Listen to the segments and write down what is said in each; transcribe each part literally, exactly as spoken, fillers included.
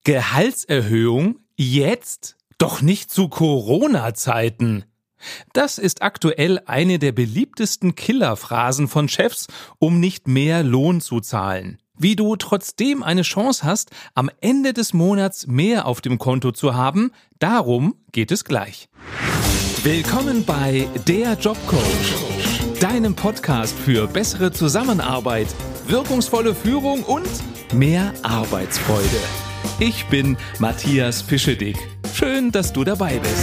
Gehaltserhöhung jetzt? Doch nicht zu Corona-Zeiten. Das ist aktuell eine der beliebtesten Killerphrasen von Chefs, um nicht mehr Lohn zu zahlen. Wie du trotzdem eine Chance hast, am Ende des Monats mehr auf dem Konto zu haben, darum geht es gleich. Willkommen bei Der Jobcoach, deinem Podcast für bessere Zusammenarbeit, wirkungsvolle Führung und mehr Arbeitsfreude. Ich bin Matthias Pischedick. Schön, dass du dabei bist.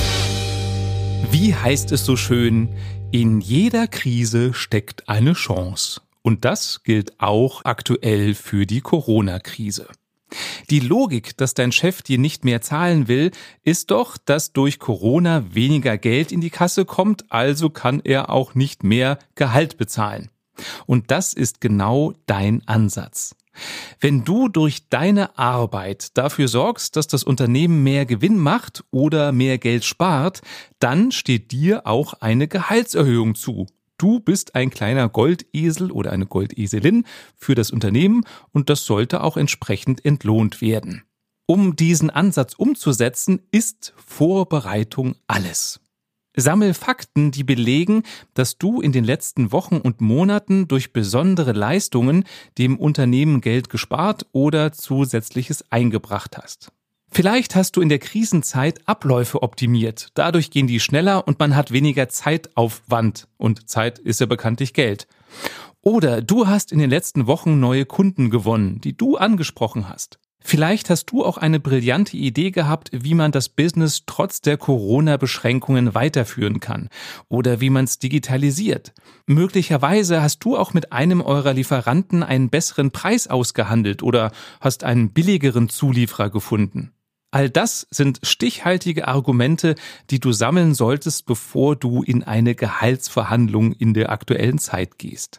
Wie heißt es so schön? In jeder Krise steckt eine Chance. Und das gilt auch aktuell für die Corona-Krise. Die Logik, dass dein Chef dir nicht mehr zahlen will, ist doch, dass durch Corona weniger Geld in die Kasse kommt, also kann er auch nicht mehr Gehalt bezahlen. Und das ist genau dein Ansatz. Wenn du durch deine Arbeit dafür sorgst, dass das Unternehmen mehr Gewinn macht oder mehr Geld spart, dann steht dir auch eine Gehaltserhöhung zu. Du bist ein kleiner Goldesel oder eine Goldeselin für das Unternehmen und das sollte auch entsprechend entlohnt werden. Um diesen Ansatz umzusetzen, ist Vorbereitung alles. Sammel Fakten, die belegen, dass du in den letzten Wochen und Monaten durch besondere Leistungen dem Unternehmen Geld gespart oder Zusätzliches eingebracht hast. Vielleicht hast du in der Krisenzeit Abläufe optimiert. Dadurch gehen die schneller und man hat weniger Zeitaufwand. Und Zeit ist ja bekanntlich Geld. Oder du hast in den letzten Wochen neue Kunden gewonnen, die du angesprochen hast. Vielleicht hast du auch eine brillante Idee gehabt, wie man das Business trotz der Corona-Beschränkungen weiterführen kann oder wie man es digitalisiert. Möglicherweise hast du auch mit einem eurer Lieferanten einen besseren Preis ausgehandelt oder hast einen billigeren Zulieferer gefunden. All das sind stichhaltige Argumente, die du sammeln solltest, bevor du in eine Gehaltsverhandlung in der aktuellen Zeit gehst.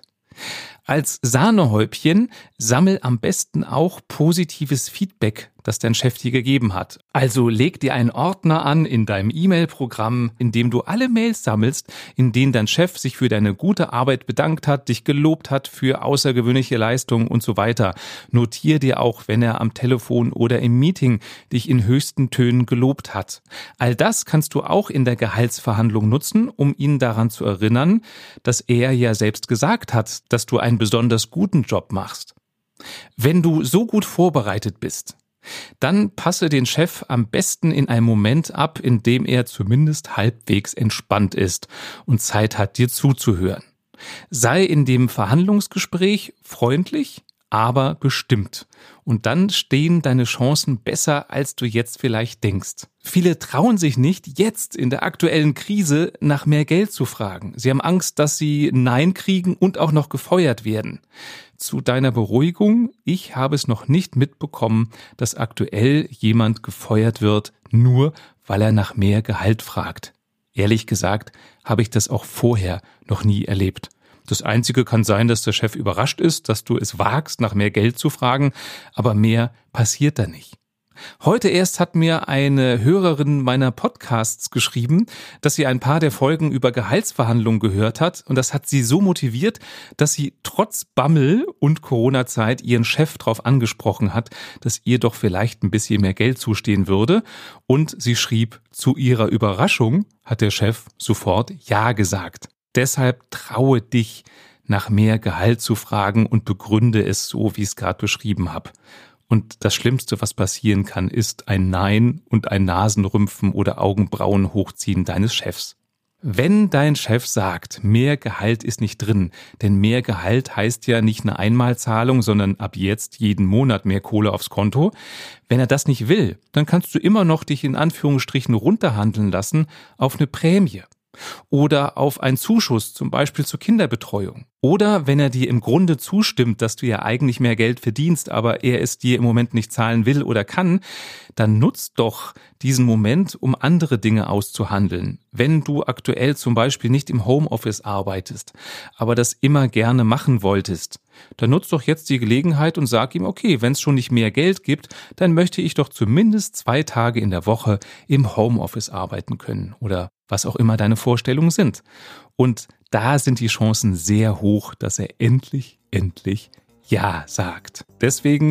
Als Sahnehäubchen sammel am besten auch positives Feedback, das dein Chef dir gegeben hat. Also leg dir einen Ordner an in deinem E-Mail-Programm, in dem du alle Mails sammelst, in denen dein Chef sich für deine gute Arbeit bedankt hat, dich gelobt hat für außergewöhnliche Leistungen und so weiter. Notier dir auch, wenn er am Telefon oder im Meeting dich in höchsten Tönen gelobt hat. All das kannst du auch in der Gehaltsverhandlung nutzen, um ihn daran zu erinnern, dass er ja selbst gesagt hat, dass du einen besonders guten Job machst. Wenn du so gut vorbereitet bist, dann passe den Chef am besten in einem Moment ab, in dem er zumindest halbwegs entspannt ist und Zeit hat, dir zuzuhören. Sei in dem Verhandlungsgespräch freundlich, aber bestimmt. Und dann stehen deine Chancen besser, als du jetzt vielleicht denkst. Viele trauen sich nicht, jetzt in der aktuellen Krise nach mehr Geld zu fragen. Sie haben Angst, dass sie Nein kriegen und auch noch gefeuert werden. Zu deiner Beruhigung, ich habe es noch nicht mitbekommen, dass aktuell jemand gefeuert wird, nur weil er nach mehr Gehalt fragt. Ehrlich gesagt, habe ich das auch vorher noch nie erlebt. Das Einzige kann sein, dass der Chef überrascht ist, dass du es wagst, nach mehr Geld zu fragen, aber mehr passiert da nicht. Heute erst hat mir eine Hörerin meiner Podcasts geschrieben, dass sie ein paar der Folgen über Gehaltsverhandlungen gehört hat und das hat sie so motiviert, dass sie trotz Bammel und Corona-Zeit ihren Chef darauf angesprochen hat, dass ihr doch vielleicht ein bisschen mehr Geld zustehen würde und sie schrieb, zu ihrer Überraschung hat der Chef sofort Ja gesagt. Deshalb traue dich, nach mehr Gehalt zu fragen und begründe es so, wie ich es gerade beschrieben habe. Und das Schlimmste, was passieren kann, ist ein Nein und ein Nasenrümpfen oder Augenbrauen hochziehen deines Chefs. Wenn dein Chef sagt, mehr Gehalt ist nicht drin, denn mehr Gehalt heißt ja nicht eine Einmalzahlung, sondern ab jetzt jeden Monat mehr Kohle aufs Konto. Wenn er das nicht will, dann kannst du immer noch dich in Anführungsstrichen runterhandeln lassen auf eine Prämie. Oder auf einen Zuschuss, zum Beispiel zur Kinderbetreuung. Oder wenn er dir im Grunde zustimmt, dass du ja eigentlich mehr Geld verdienst, aber er es dir im Moment nicht zahlen will oder kann, dann nutzt doch diesen Moment, um andere Dinge auszuhandeln. Wenn du aktuell zum Beispiel nicht im Homeoffice arbeitest, aber das immer gerne machen wolltest, dann nutzt doch jetzt die Gelegenheit und sag ihm, okay, wenn es schon nicht mehr Geld gibt, dann möchte ich doch zumindest zwei Tage in der Woche im Homeoffice arbeiten können oder was auch immer deine Vorstellungen sind. Und da sind die Chancen sehr hoch, dass er endlich, endlich Ja sagt. Deswegen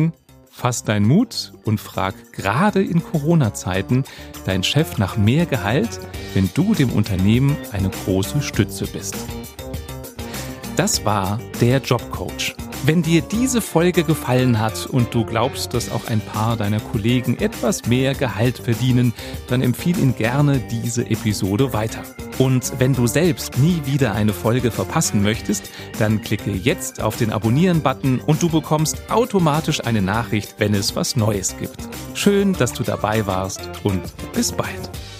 Fass deinen Mut und frag gerade in Corona-Zeiten deinen Chef nach mehr Gehalt, wenn du dem Unternehmen eine große Stütze bist. Das war der Jobcoach. Wenn dir diese Folge gefallen hat und du glaubst, dass auch ein paar deiner Kollegen etwas mehr Gehalt verdienen, dann empfehle ihnen gerne diese Episode weiter. Und wenn du selbst nie wieder eine Folge verpassen möchtest, dann klicke jetzt auf den Abonnieren-Button und du bekommst automatisch eine Nachricht, wenn es was Neues gibt. Schön, dass du dabei warst und bis bald.